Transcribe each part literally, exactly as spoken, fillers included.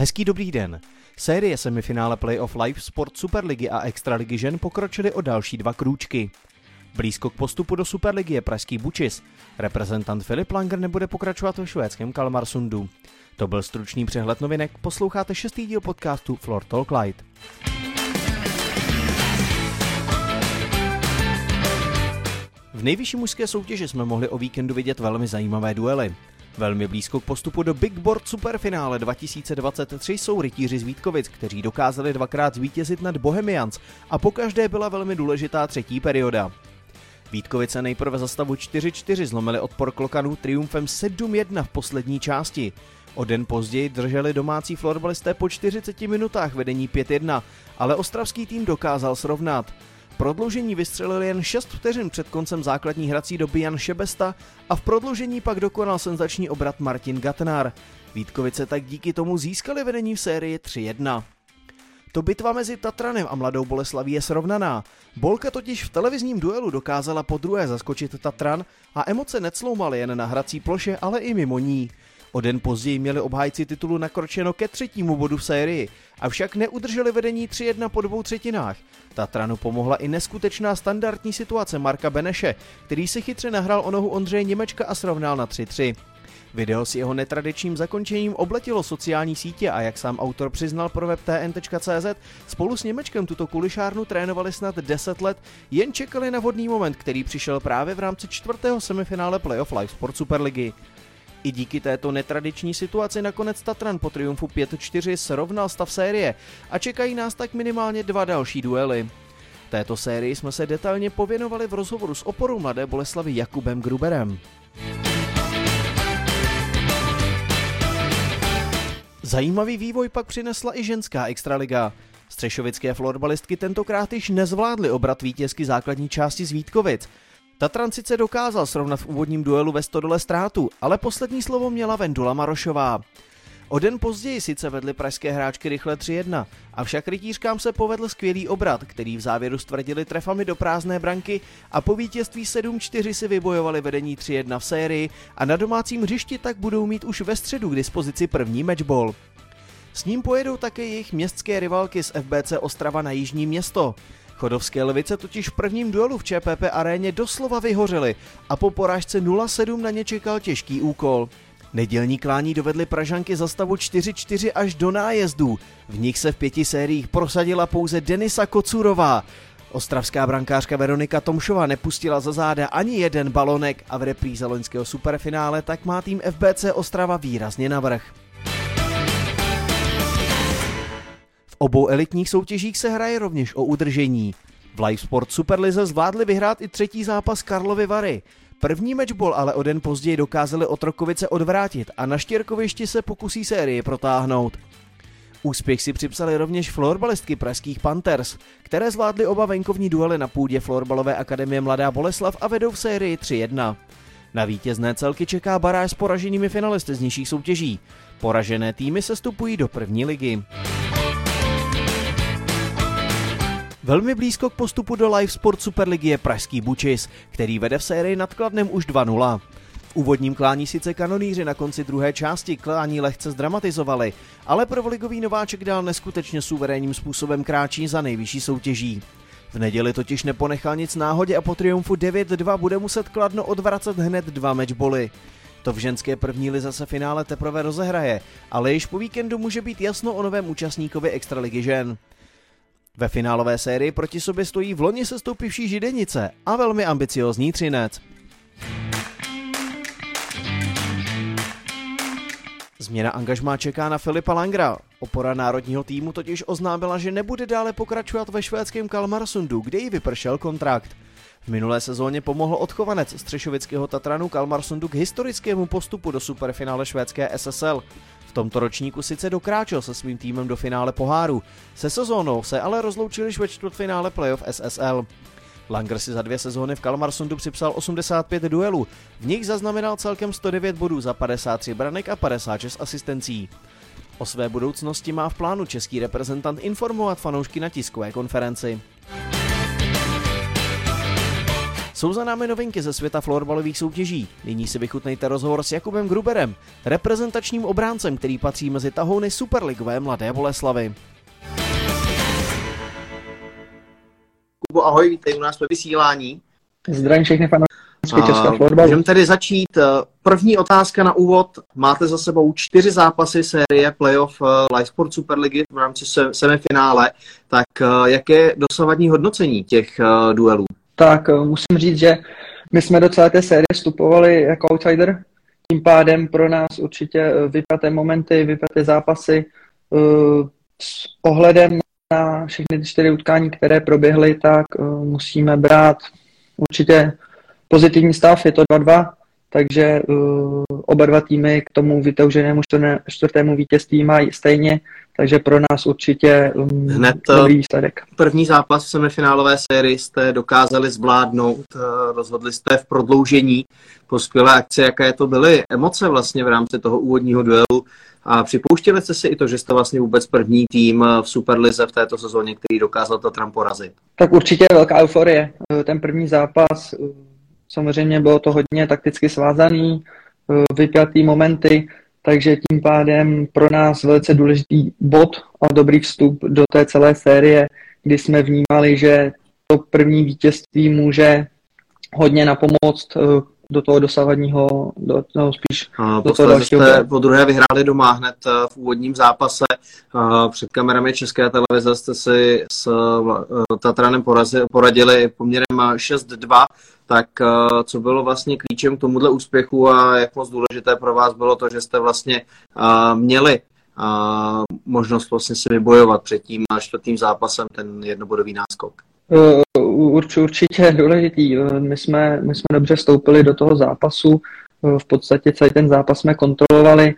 Hezký dobrý den. Série semifinále Playoff Live Sport Superligy a Extraligy žen pokročily o další dva krůčky. Blízko k postupu do Superligy je pražský Bučis. Reprezentant Filip Langer nebude pokračovat ve švédském Kalmarsundu. To byl stručný přehled novinek, posloucháte šestý díl podcastu Floor Talk Light. V nejvyšší mužské soutěži jsme mohli o víkendu vidět velmi zajímavé duely. Velmi blízko k postupu do Big Board Superfinále dva tisíce dvacet tři jsou rytíři z Vítkovic, kteří dokázali dvakrát zvítězit nad Bohemians a pokaždé byla velmi důležitá třetí perioda. Vítkovice nejprve za stavu čtyři čtyři zlomili odpor Klokanů triumfem sedm jedna v poslední části. O den později drželi domácí florbalisté po čtyřiceti minutách vedení pět jedna, ale ostravský tým dokázal srovnat. Prodloužení vystřelil jen šest vteřin před koncem základní hrací doby Jan Šebesta a v prodloužení pak dokonal senzační obrat Martin Gatnar. Vítkovice tak díky tomu získali vedení v sérii tři jedna. To bitva mezi Tatranem a Mladou Boleslaví je srovnaná. Bolka totiž v televizním duelu dokázala podruhé zaskočit Tatran a emoce necloumaly jen na hrací ploše, ale i mimo ní. O den později měli obhájci titulu nakročeno ke třetímu bodu v sérii, avšak neudrželi vedení tři jedna po dvou třetinách. Tatranu pomohla i neskutečná standardní situace Marka Beneše, který si chytře nahrál o nohu Ondřeje Němečka a srovnal na tři tři. Video s jeho netradičním zakončením obletilo sociální sítě a jak sám autor přiznal pro web T N tečka cé zet, spolu s Němečkem tuto kulišárnu trénovali snad deset let, jen čekali na vhodný moment, který přišel právě v rámci čtvrtého semifinále Playoff Live Sport Superligy. I díky této netradiční situaci nakonec Tatran po triumfu pět čtyři srovnal stav série a čekají nás tak minimálně dva další duely. Této sérii jsme se detailně pověnovali v rozhovoru s oporou Mladé Boleslavy Jakubem Gruberem. Zajímavý vývoj pak přinesla i ženská extraliga. Střešovické florbalistky tentokrát již nezvládly obrat vítězky základní části z Vítkovic. Tatran sice dokázal srovnat v úvodním duelu ve Stodole ztrátu, ale poslední slovo měla Vendula Marošová. O den později sice vedly pražské hráčky rychle tři jedna, avšak rytířkám se povedl skvělý obrat, který v závěru stvrdili trefami do prázdné branky a po vítězství sedm čtyři si vybojovali vedení tři jedna v sérii a na domácím hřišti tak budou mít už ve středu k dispozici první matchball. S ním pojedou také jejich městské rivalky z F B C Ostrava na Jižní Město. Chodovské Lvice totiž v prvním duelu v Č P P aréně doslova vyhořely a po porážce nula sedm na ně čekal těžký úkol. Nedělní klání dovedly Pražanky za stavu čtyři čtyři až do nájezdů. V nich se v pěti sériích prosadila pouze Denisa Kocurová. Ostravská brankářka Veronika Tomšová nepustila za záda ani jeden balonek a v repríze loňského superfinále tak má tým F B C Ostrava výrazně navrch. V obou elitních soutěžích se hraje rovněž o udržení. V Live Sport Superlize zvládli vyhrát i třetí zápas Karlovy Vary. První matchball ale o den později dokázali Otrokovice odvrátit a na Štěrkovišti se pokusí sérii protáhnout. Úspěch si připsali rovněž florbalistky pražských Panthers, které zvládly oba venkovní duely na půdě florbalové akademie Mladá Boleslav a vedou v sérii tři jedna. Na vítězné celky čeká baráž s poraženými finalisty z nižších soutěží. Poražené týmy sestupují do první ligy. Velmi blízko k postupu do Live Sport Superligy je pražský Bučis, který vede v sérii nad Kladnem už dva nula. V úvodním klání sice kanonýři na konci druhé části klání lehce zdramatizovali, ale prvoligový nováček dál neskutečně suverénním způsobem kráčí za nejvyšší soutěží. V neděli totiž neponechal nic náhodě a po triumfu devět dva bude muset Kladno odvracet hned dva matchboly. To v ženské první lize se finále teprve rozehraje, ale již po víkendu může být jasno o novém účastníkovi extraligy žen. Ve finálové sérii proti sobě stojí v loni sestoupivší Židenice a velmi ambiciózní Třinec. Změna angažmá čeká na Filipa Langera. Opora národního týmu totiž oznámila, že nebude dále pokračovat ve švédském Kalmarsundu, kde jí vypršel kontrakt. V minulé sezóně pomohl odchovanec střešovického Tatranu Kalmarsundu k historickému postupu do superfinále švédské S S L. V tomto ročníku sice dokráčel se svým týmem do finále poháru. Se sezónou se ale rozloučili již ve čtvrtfinále playoff S S L. Langer si za dvě sezóny v Kalmarsundu připsal osmdesát pět duelů, v nich zaznamenal celkem sto devět bodů za padesát tři branek a padesát šest asistencí. O své budoucnosti má v plánu český reprezentant informovat fanoušky na tiskové konferenci. Jsou za námi novinky ze světa florbalových soutěží. Nyní si vychutnejte rozhovor s Jakubem Gruberem, reprezentačním obráncem, který patří mezi tahouny superligové Mladé Boleslavi. Kubo, ahoj, vítej u nás ve vysílání. Zdravím všechny fanoušky českého florbalu. Můžeme tedy začít. První otázka na úvod. Máte za sebou čtyři zápasy série playoff Live Sport Superligy v rámci semifinále. Tak jaké je dosavadní hodnocení těch duelů? Tak musím říct, že my jsme do celé té série vstupovali jako outsider. Tím pádem pro nás určitě vypaté momenty, vypaté zápasy. S ohledem na všechny ty čtyři utkání, které proběhly, tak musíme brát určitě pozitivní stav, je to dva dva, takže uh, oba dva týmy k tomu vytouženému čtvrtému vítězství mají stejně, takže pro nás určitě um, Hned dobrý výsledek. První zápas v semifinálové sérii jste dokázali zvládnout, rozhodli jste v prodloužení po skvělé akci. Jaké to byly emoce vlastně v rámci toho úvodního duelu? A připouštěli jste si i to, že jste vlastně vůbec první tým v Superlize v této sezóně, který dokázal Tatran porazit? Tak určitě velká euforie. Ten první zápas, samozřejmě bylo to hodně takticky svázaný, vypjatý momenty, takže tím pádem pro nás velice důležitý bod a dobrý vstup do té celé série, kdy jsme vnímali, že to první vítězství může hodně napomoct do toho dosavadního, do, no spíš a do toho dalšího. Jste po druhé vyhráli doma hned v úvodním zápase. Před kamerami České televize jste si s Tatranem poradili poměrem šest dva. Tak co bylo vlastně klíčem k tomuhle úspěchu a jak moc důležité pro vás bylo to, že jste vlastně měli možnost vlastně si vybojovat před tím čtvrtým zápasem ten jednobodový náskok? Urč, určitě důležitý. My jsme, my jsme dobře vstoupili do toho zápasu. V podstatě celý ten zápas jsme kontrolovali.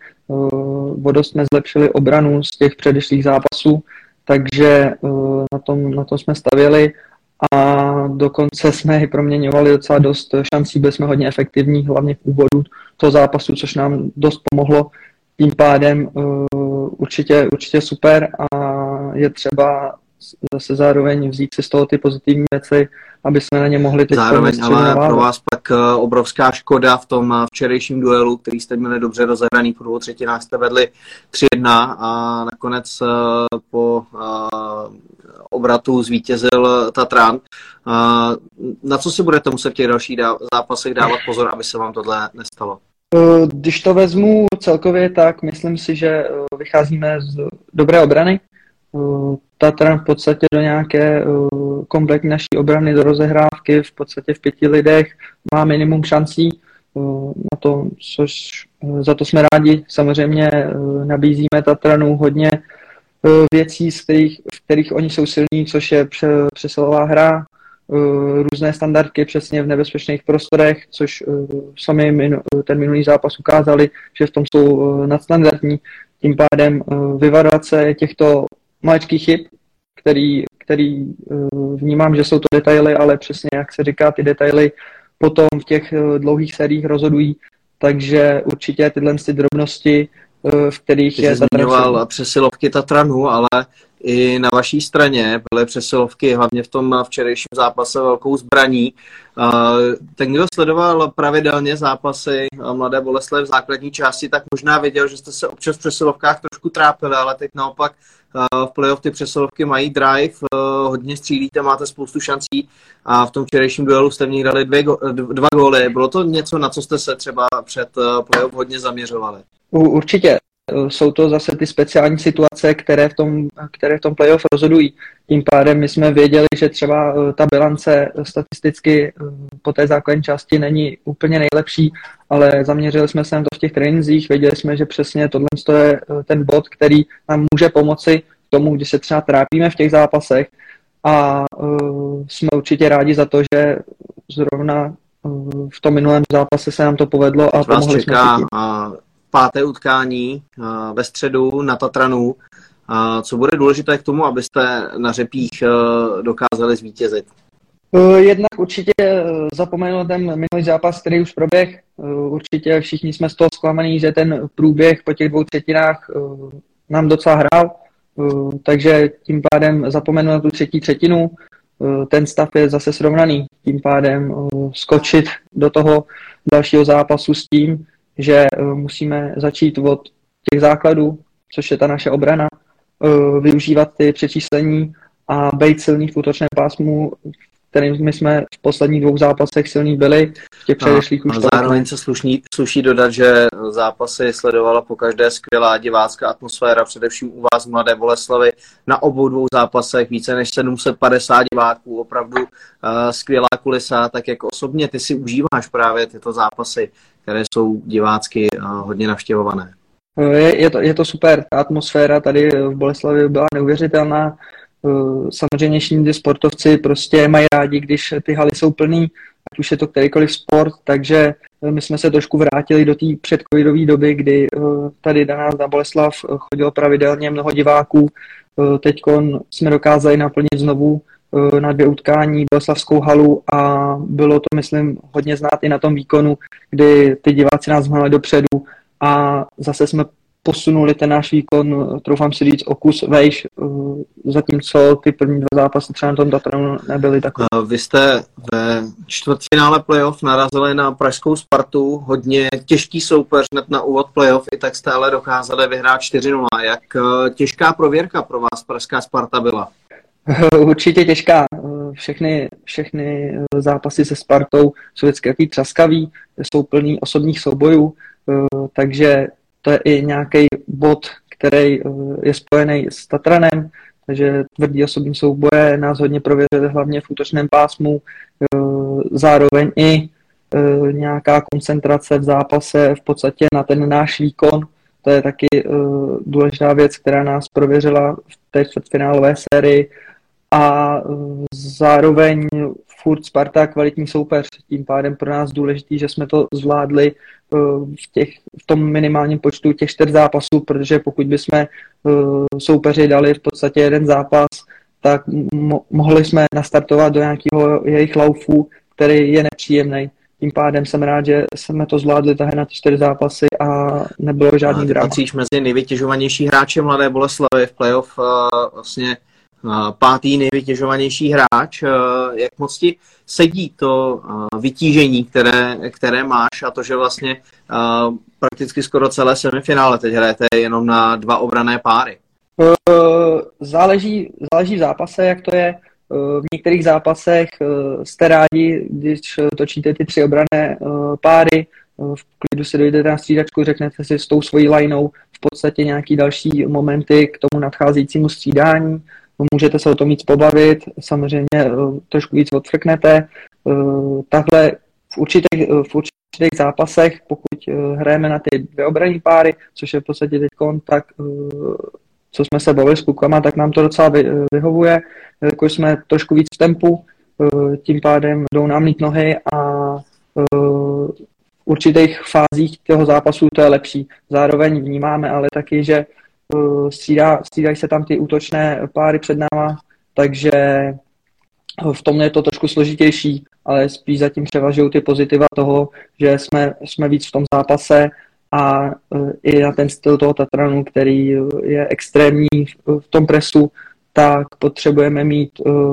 O dost jsme zlepšili obranu z těch předešlých zápasů, takže na tom, na tom jsme stavěli a dokonce jsme i proměňovali docela dost šancí, byli jsme hodně efektivní, hlavně v úvodu toho zápasu, což nám dost pomohlo. Tím pádem určitě, určitě super a je třeba zase zároveň vzít si z toho ty pozitivní věci, aby jsme na ně mohli teď zároveň, ale pro vás pak obrovská škoda v tom včerejším duelu, který jste měli dobře rozehraný, po dvou třetinách jste vedli tři jedna a nakonec po obratu zvítězil Tatran. Na co si budete muset v těch dalších zápasech dávat pozor, aby se vám tohle nestalo? Když to vezmu celkově, tak myslím si, že vycházíme z dobré obrany. Tatran v podstatě do nějaké kompletní naší obrany, do rozehrávky v podstatě v pěti lidech má minimum šancí. Na to, což za to jsme rádi. Samozřejmě nabízíme Tatranu hodně věcí, z kterých, v kterých oni jsou silní, což je přesilová hra, různé standardky přesně v nebezpečných prostorech, což sami ten minulý zápas ukázali, že v tom jsou nadstandardní. Tím pádem vyvarovat se těchto maličkých chyb, který, který vnímám, že jsou to detaily, ale přesně jak se říká, ty detaily potom v těch dlouhých sériích rozhodují, takže určitě tyhle ty drobnosti, v kterých Ty je... jsi zmiňoval přesilovky Tatranu, ale i na vaší straně byly přesilovky, hlavně v tom včerejším zápase velkou zbraní. Ten, kdo sledoval pravidelně zápasy Mladé Boleslavi v základní části, tak možná věděl, že jste se občas v přesilovkách trošku trápili, ale teď naopak v playoff ty přesilovky mají drive, hodně střílíte, máte spoustu šancí a v tom včerejším duelu jste v nich dali dvě, dva góly. Bylo to něco, na co jste se třeba před playoff hodně zaměřovali? Určitě. Jsou to zase ty speciální situace, které v tom, které v tom playoff rozhodují. Tím pádem my jsme věděli, že třeba ta bilance statisticky po té základní části není úplně nejlepší, ale zaměřili jsme se na to v těch trénincích, věděli jsme, že přesně tohle je ten bod, který nám může pomoci k tomu, když se třeba trápíme v těch zápasech a uh, jsme určitě rádi za to, že zrovna uh, v tom minulém zápase se nám to povedlo a pomohli jsme si. Páté utkání ve středu na Tatranu. Co bude důležité k tomu, abyste na Řepích dokázali zvítězit? Jednak určitě zapomenout ten minulý zápas, který už proběh. Určitě všichni jsme z toho zklamaný, že ten průběh po těch dvou třetinách nám docela hrál. Takže tím pádem zapomenout tu třetí třetinu. ten stav je zase srovnaný. Tím pádem skočit do toho dalšího zápasu s tím, že musíme začít od těch základů, což je ta naše obrana, využívat ty přečíslení a být silný v útočném pásmu, kterým my jsme v posledních dvou zápasech silní byli, v těch předešlých už. Zároveň se sluší, sluší dodat, že zápasy sledovala po každé skvělá divácká atmosféra, především u vás Mladé Boleslavi. Na obou dvou zápasech více než sedm set padesát diváků, opravdu uh, skvělá kulisa, tak jak osobně ty si užíváš právě tyto zápasy, které jsou divácky uh, hodně navštěvované. Je, je, to, je to super, ta atmosféra tady v Boleslavi byla neuvěřitelná. Samozřejmě všichni sportovci prostě mají rádi, když ty haly jsou plný, ať už je to kterýkoliv sport, takže my jsme se trošku vrátili do té předcovidové doby, kdy tady na nás na Boleslav chodilo pravidelně mnoho diváků. Teď jsme dokázali naplnit znovu na dvě utkání Boleslavskou halu a bylo to, myslím, hodně znát i na tom výkonu, kdy ty diváci nás hnali dopředu a zase jsme posunuli ten náš výkon, troufám si říct, o kus vejš, zatímco ty první dva zápasy třeba na tom Tatranu nebyly takové. Vy jste ve čtvrtfinále playoff narazili na pražskou Spartu, hodně těžký soupeř hned na úvod playoff, i tak jste ale dokázali vyhrát čtyři nula. Jak těžká prověrka pro vás pražská Sparta byla? Určitě těžká. Všechny, všechny zápasy se Spartou jsou vždycky takový třaskavý, jsou plný osobních soubojů, takže to je i nějaký bod, který je spojený s Tatranem, takže tvrdý osobní souboje nás hodně prověřily hlavně v útočném pásmu, zároveň i nějaká koncentrace v zápase v podstatě na ten náš výkon. To je taky důležitá věc, která nás prověřila v té čtvrtfinálové sérii a zároveň furt Sparta kvalitní soupeř, tím pádem pro nás důležitý, že jsme to zvládli v, těch, v tom minimálním počtu těch čtyř zápasů, protože pokud bychom soupeři dali v podstatě jeden zápas, tak mo- mohli jsme nastartovat do nějakého jejich laufu, který je nepříjemný. Tím pádem jsem rád, že jsme to zvládli tahle na ty čtyři zápasy a nebylo žádný drama. Patříš mezi nejvytěžovanější hráče Mladé Boleslavi v playoff, vlastně pátý nejvytěžovanější hráč. Jak moc ti sedí to vytížení, které, které máš a to, že vlastně prakticky skoro celé semifinále teď hrajete jenom na dva obranné páry? Záleží, záleží v zápase, jak to je. V některých zápasech jste rádi, když točíte ty tři obranné páry, v klidu si dojdete na střídačku, řeknete si s tou svojí lineou v podstatě nějaký další momenty k tomu nadcházejícímu střídání. Můžete se o tom víc pobavit, samozřejmě trošku víc odfrknete. Takhle v určitých, v určitých zápasech, pokud hrajeme na ty dvě obranné páry, což je v podstatě teďkon, tak co jsme se bavili s klukama, tak nám to docela vyhovuje, jako jsme trošku víc v tempu, tím pádem jdou nám líp nohy a v určitých fázích toho zápasu to je lepší. Zároveň vnímáme ale taky, že Střídá, střídají se tam ty útočné páry před náma, takže v tom je to trošku složitější, ale spíš zatím převažují ty pozitiva toho, že jsme, jsme víc v tom zápase a i na ten styl toho Tatranu, který je extrémní v tom presu, tak potřebujeme mít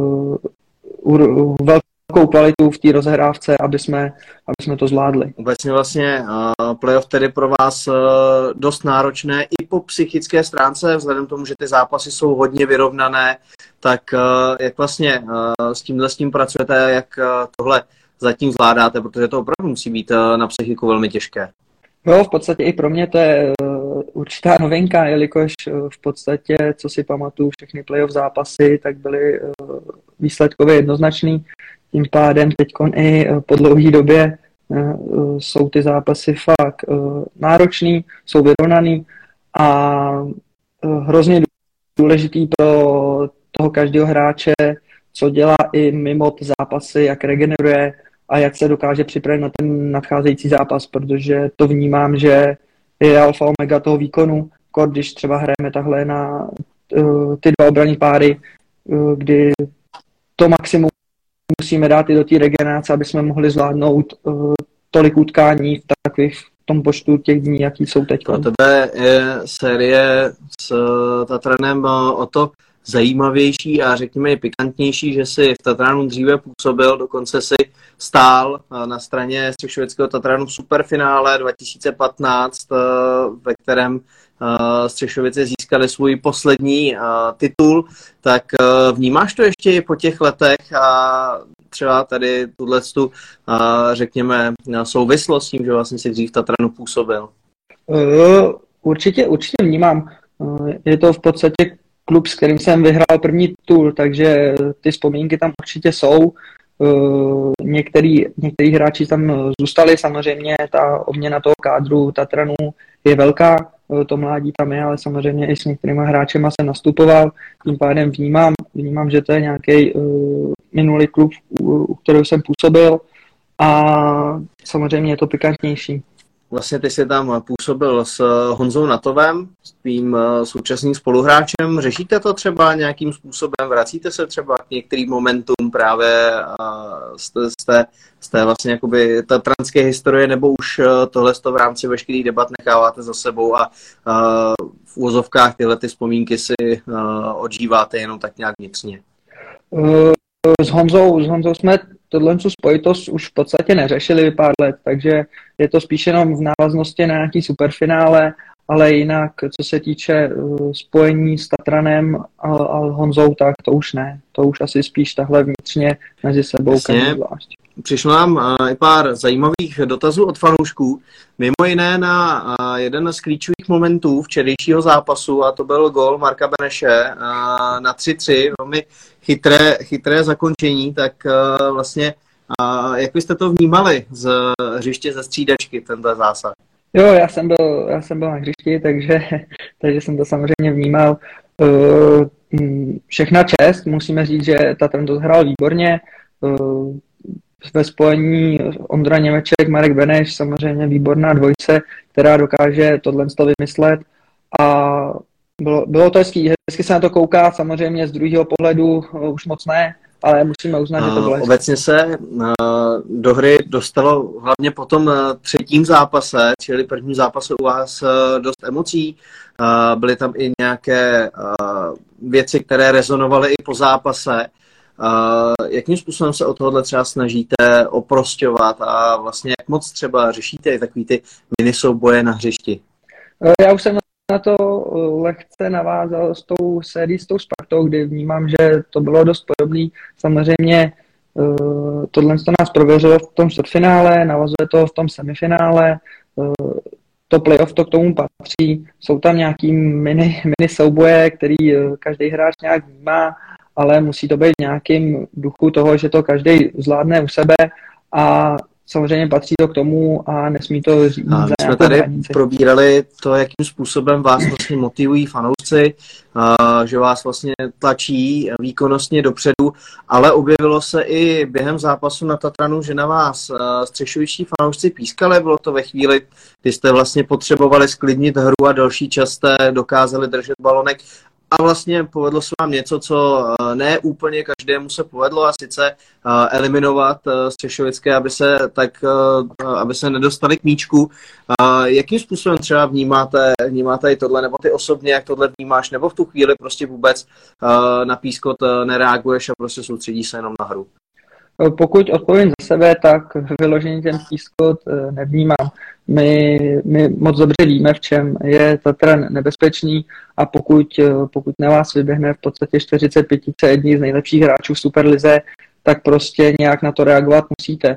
uh, velkou kvalitu v té rozehrávce, aby jsme, aby jsme to zvládli. Obecně vlastně uh, playoff tedy pro vás uh, dost náročné i po psychické stránce, vzhledem k tomu, že ty zápasy jsou hodně vyrovnané, tak uh, jak vlastně uh, s tímhle s tím pracujete, jak uh, tohle zatím zvládáte, protože to opravdu musí být uh, na psychiku velmi těžké. Jo, v podstatě i pro mě to je uh, určitá novinka, jelikož uh, v podstatě, co si pamatuju, všechny playoff zápasy, tak byly uh, výsledkově jednoznačný. Tím pádem teď i po dlouhé době uh, jsou ty zápasy fakt uh, náročný, jsou vyrovnaný a uh, hrozně důležitý pro toho každého hráče, co dělá i mimo ty zápasy, jak regeneruje a jak se dokáže připravit na ten nadcházející zápas, protože to vnímám, že je alfa omega toho výkonu, když třeba hrajeme takhle na uh, ty dva obranné páry, uh, kdy to maximum musíme dát i do té regenerace, aby jsme mohli zvládnout uh, tolik utkání v takových v tom počtu těch dní, jaký jsou teď. Pro tebe je série s Tatranem o to zajímavější a řekněme pikantnější, že si v Tatranu dříve působil, dokonce si stál na straně středošvédského Tatranu v superfinále dva tisíce patnáct, ve kterém Střešovice získali svůj poslední titul, tak vnímáš to ještě i po těch letech a třeba tady tuto, řekněme, souvislost s tím, že vlastně si dřív v Tatranu působil? Určitě, určitě vnímám. Je to v podstatě klub, s kterým jsem vyhrál první titul, takže ty vzpomínky tam určitě jsou. Některý, některý hráči tam zůstali, samozřejmě ta obměna toho kádru Tatranu je velká, to mládí tam je, ale samozřejmě i s některými hráčema jsem nastupoval, tím pádem vnímám, vnímám, že to je nějaký uh, minulý klub, u, u kterého jsem působil a samozřejmě je to pikantnější. Vlastně ty jsi tam působil s Honzou Natovem, s tvým současným spoluhráčem. Řešíte to třeba nějakým způsobem? Vracíte se třeba k některým momentům právě z té, z té, z té vlastně jakoby tatranské historie, nebo už tohle v rámci veškerých debat necháváte za sebou a, a v úvozovkách tyhle ty vzpomínky si odžíváte jenom tak nějak vnitřně? S Honzou, s Honzou jsme tohle spojitost už v podstatě neřešili pár let, takže je to spíš jenom v návaznosti na nějaký superfinále, ale jinak, co se týče uh, spojení s Tatranem a, a Honzou, tak to už ne. To už asi spíš tahle vnitřně mezi sebou. Zvlášť. Přišlo nám uh, i pár zajímavých dotazů od fanoušků, mimo jiné na uh, jeden z klíčových momentů včerejšího zápasu, a to byl gól Marka Beneše uh, na tři tři, velmi chytré, chytré zakončení, tak uh, vlastně uh, jak byste to vnímali z hřiště ze střídačky, tento zásah? Jo, já jsem byl, já jsem byl na hřišti, takže, takže jsem to samozřejmě vnímal. Uh, všechna čest, musíme říct, že Tatran to hrál výborně. Uh, ve spojení Ondra Němeček, Marek Beneš, samozřejmě výborná dvojice, která dokáže tohle vymyslet. A bylo, bylo to hezký, hezky se na to kouká, samozřejmě z druhého pohledu uh, už moc ne, ale musíme uznat, že to bylo hezky. Obecně se uh, do hry dostalo hlavně po tom uh, třetím zápase, čili prvním zápase u vás uh, dost emocí. Uh, byly tam i nějaké uh, věci, které rezonovaly i po zápase. Uh, jakým způsobem se o tohohle třeba snažíte oprosťovat a vlastně jak moc třeba řešíte i takový ty minisouboje na hřišti? Já už jsem na to lehce navázal s tou sérií, s tou Spartou, kdy vnímám, že to bylo dost podobný. Samozřejmě uh, tohle to nás prověřilo v tom čtvrtfinále, navazuje to v tom semifinále, uh, to playoff to k tomu patří. Jsou tam nějaký mini, mini souboje, který uh, každý hráč nějak vnímá, ale musí to být v nějakým duchu toho, že to každý zvládne u sebe a samozřejmě patří to k tomu a nesmí to říct za My jsme tady hranici. Probírali to, jakým způsobem vás vlastně motivují fanoušci, že vás vlastně tlačí výkonnostně dopředu, ale objevilo se i během zápasu na Tatranu, že na vás střešovičtí fanoušci pískali. Bylo to ve chvíli, kdy jste vlastně potřebovali sklidnit hru a další čas jste dokázali držet balonek. A vlastně povedlo se vám něco, co ne úplně každému se povedlo, a sice eliminovat střešovické, aby se, tak, aby se nedostali k míčku. Jakým způsobem třeba vnímáte, vnímáte i tohle, nebo ty osobně, jak tohle vnímáš, nebo v tu chvíli prostě vůbec na pískot nereaguješ a prostě soustředíš se jenom na hru? Pokud odpovím za sebe, tak vyloženě ten pískot nevnímám. My, my moc dobře víme, v čem je Tatran nebezpečný, a pokud, pokud na vás vyběhne v podstatě čtyřicet pět jední z nejlepších hráčů v Superlize, tak prostě nějak na to reagovat musíte.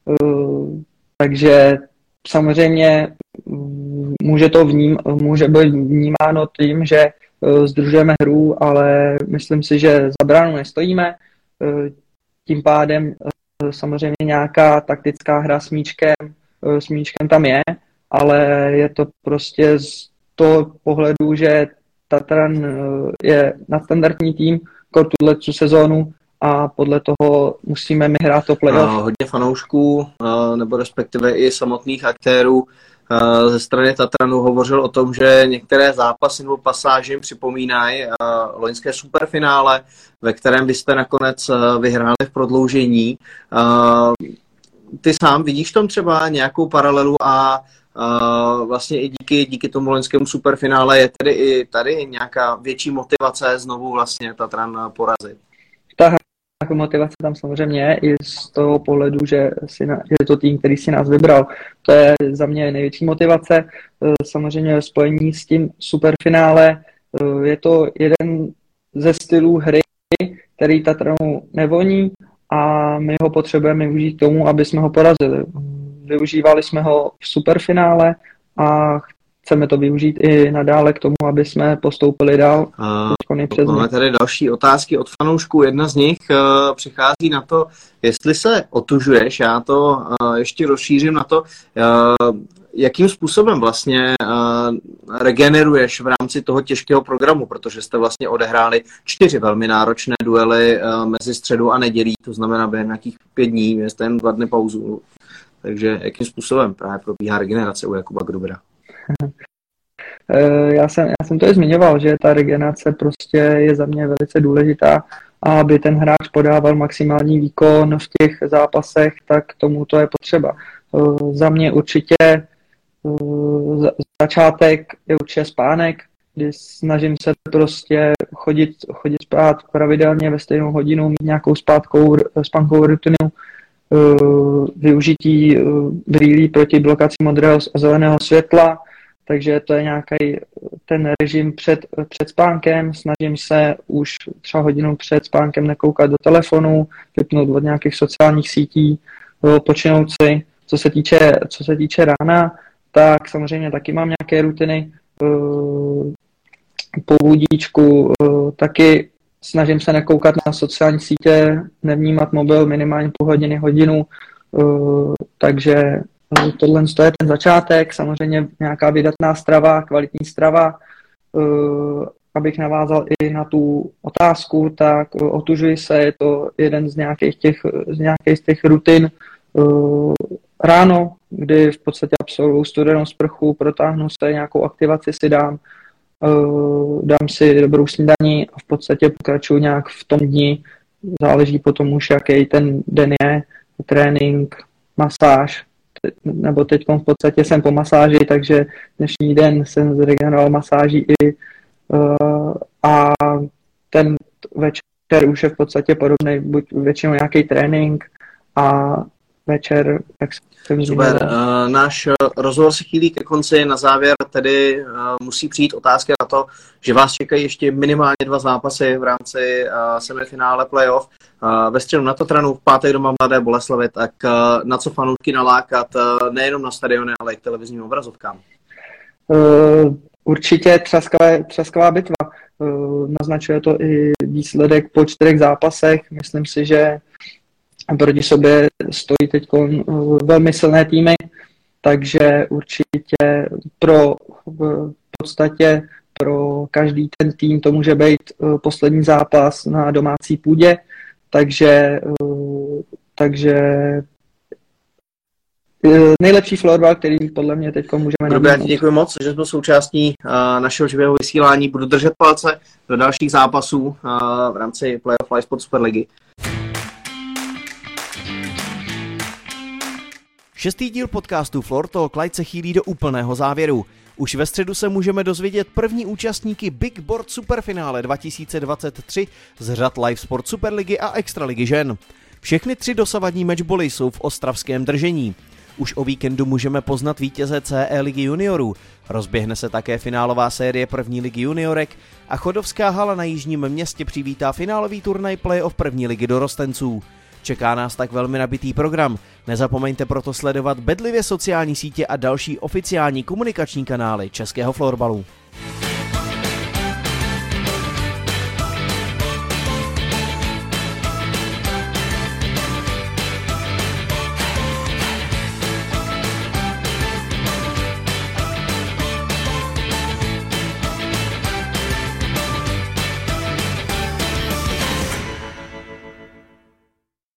Takže samozřejmě může to vním, může být vnímáno tím, že sdružujeme hru, ale myslím si, že za bránu nestojíme. Tím pádem samozřejmě nějaká taktická hra s míčkem, s míčkem tam je, ale je to prostě z toho pohledu, že Tatran je nadstandardní tým pro tuhle sezónu a podle toho musíme my hrát to playoff. Hodně fanoušků, nebo respektive i samotných aktérů ze strany Tatranu hovořil o tom, že některé zápasy nebo pasáže připomínají loňské superfinále, ve kterém vy jste nakonec vyhráli v prodloužení. Ty sám vidíš tam třeba nějakou paralelu a uh, vlastně i díky, díky tomu loňskému superfinále je tedy i tady nějaká větší motivace znovu vlastně Tatran porazit. Ta motivace tam samozřejmě je i z toho pohledu, že si na, je to tým, který si nás vybral. To je za mě největší motivace. Samozřejmě ve spojení s tím superfinále je to jeden ze stylů hry, který Tatranu nevoní a my ho potřebujeme využít k tomu, aby jsme ho porazili. Využívali jsme ho v superfinále a chceme to využít i nadále k tomu, aby jsme postoupili dál. Uh, máme tady další otázky od fanoušků. Jedna z nich uh, přichází na to, jestli se otužuješ, já to uh, ještě rozšířím na to, uh, jakým způsobem vlastně uh, regeneruješ v rámci toho těžkého programu, protože jste vlastně odehráli čtyři velmi náročné duely uh, mezi středu a nedělí, to znamená během nějakých pět dní, jste jen dva dny pauzu. Takže jakým způsobem právě probíhá regenerace u Jakuba Grubera? Já jsem, já jsem to i zmiňoval, že ta regenerace prostě je za mě velice důležitá a aby ten hráč podával maximální výkon v těch zápasech, tak tomu to je potřeba. Za mě určitě začátek je určitě spánek, kdy snažím se prostě chodit, chodit spát pravidelně ve stejnou hodinu, mít nějakou spátkou, spánkovou rutinu, využití brýlí proti blokaci modrého a zeleného světla, takže to je nějaký ten režim před, před spánkem. Snažím se už třeba hodinu před spánkem nekoukat do telefonu, vypnout od nějakých sociálních sítí, počinout si. Co se týče, co se týče rána, tak samozřejmě taky mám nějaké rutiny. Po budíčku taky snažím se nekoukat na sociální sítě, nevnímat mobil minimálně půl hodiny, hodinu, takže tohle je ten začátek, samozřejmě nějaká vydatná strava, kvalitní strava. Abych navázal i na tu otázku, tak otužuji se, je to jeden z nějakých těch, z nějakých z těch rutin ráno, kdy v podstatě absolvuju studenou sprchu, protáhnu se, nějakou aktivaci si dám, dám si dobrou snídani a v podstatě pokračuju nějak v tom dni, záleží potom už, jaký ten den je, trénink, masáž, nebo teď v podstatě jsem po masáži, takže dnešní den jsem zregeneroval masáží i uh, a ten večer už je v podstatě podobný, buď většinou nějaký trénink a večer, jak jsem Super, uh, náš rozhovor se chýlí ke konci, na závěr tedy uh, musí přijít otázka na to, že vás čekají ještě minimálně dva zápasy v rámci uh, semifinále playoff. Uh, ve středu na Tatranu, v pátek doma Mladé Boleslavi, tak uh, na co fanoušky nalákat uh, nejenom na stadiony, ale i k televizním obrazovkám? Uh, určitě třaskavé, třaskavá bitva. Uh, naznačuje to i výsledek po čtyřech zápasech. Myslím si, že proti sobě stojí teď velmi silné týmy, takže určitě pro v podstatě pro každý ten tým to může být poslední zápas na domácí půdě, takže, takže nejlepší florbal, který podle mě teď můžeme nabídnout. Děkuji moc, že jsi byl součástí našeho živého vysílání. Budu držet palce do dalších zápasů v rámci Playoff Live Sport Superligy. Šestý díl podcastu Floor Talk Light se chýlí do úplného závěru. Už ve středu se můžeme dozvědět první účastníky Big Board Superfinále dva tisíce dvacet tři z řad Live Sport Superligy a Extraligy žen. Všechny tři dosavadní matchboly jsou v ostravském držení. Už o víkendu můžeme poznat vítěze C E ligy juniorů. Rozběhne se také finálová série první ligy juniorek a Chodovská hala na Jižním Městě přivítá finálový turnaj playoff první ligy dorostenců. Čeká nás tak velmi nabitý program. Nezapomeňte proto sledovat bedlivě sociální sítě a další oficiální komunikační kanály českého florbalu.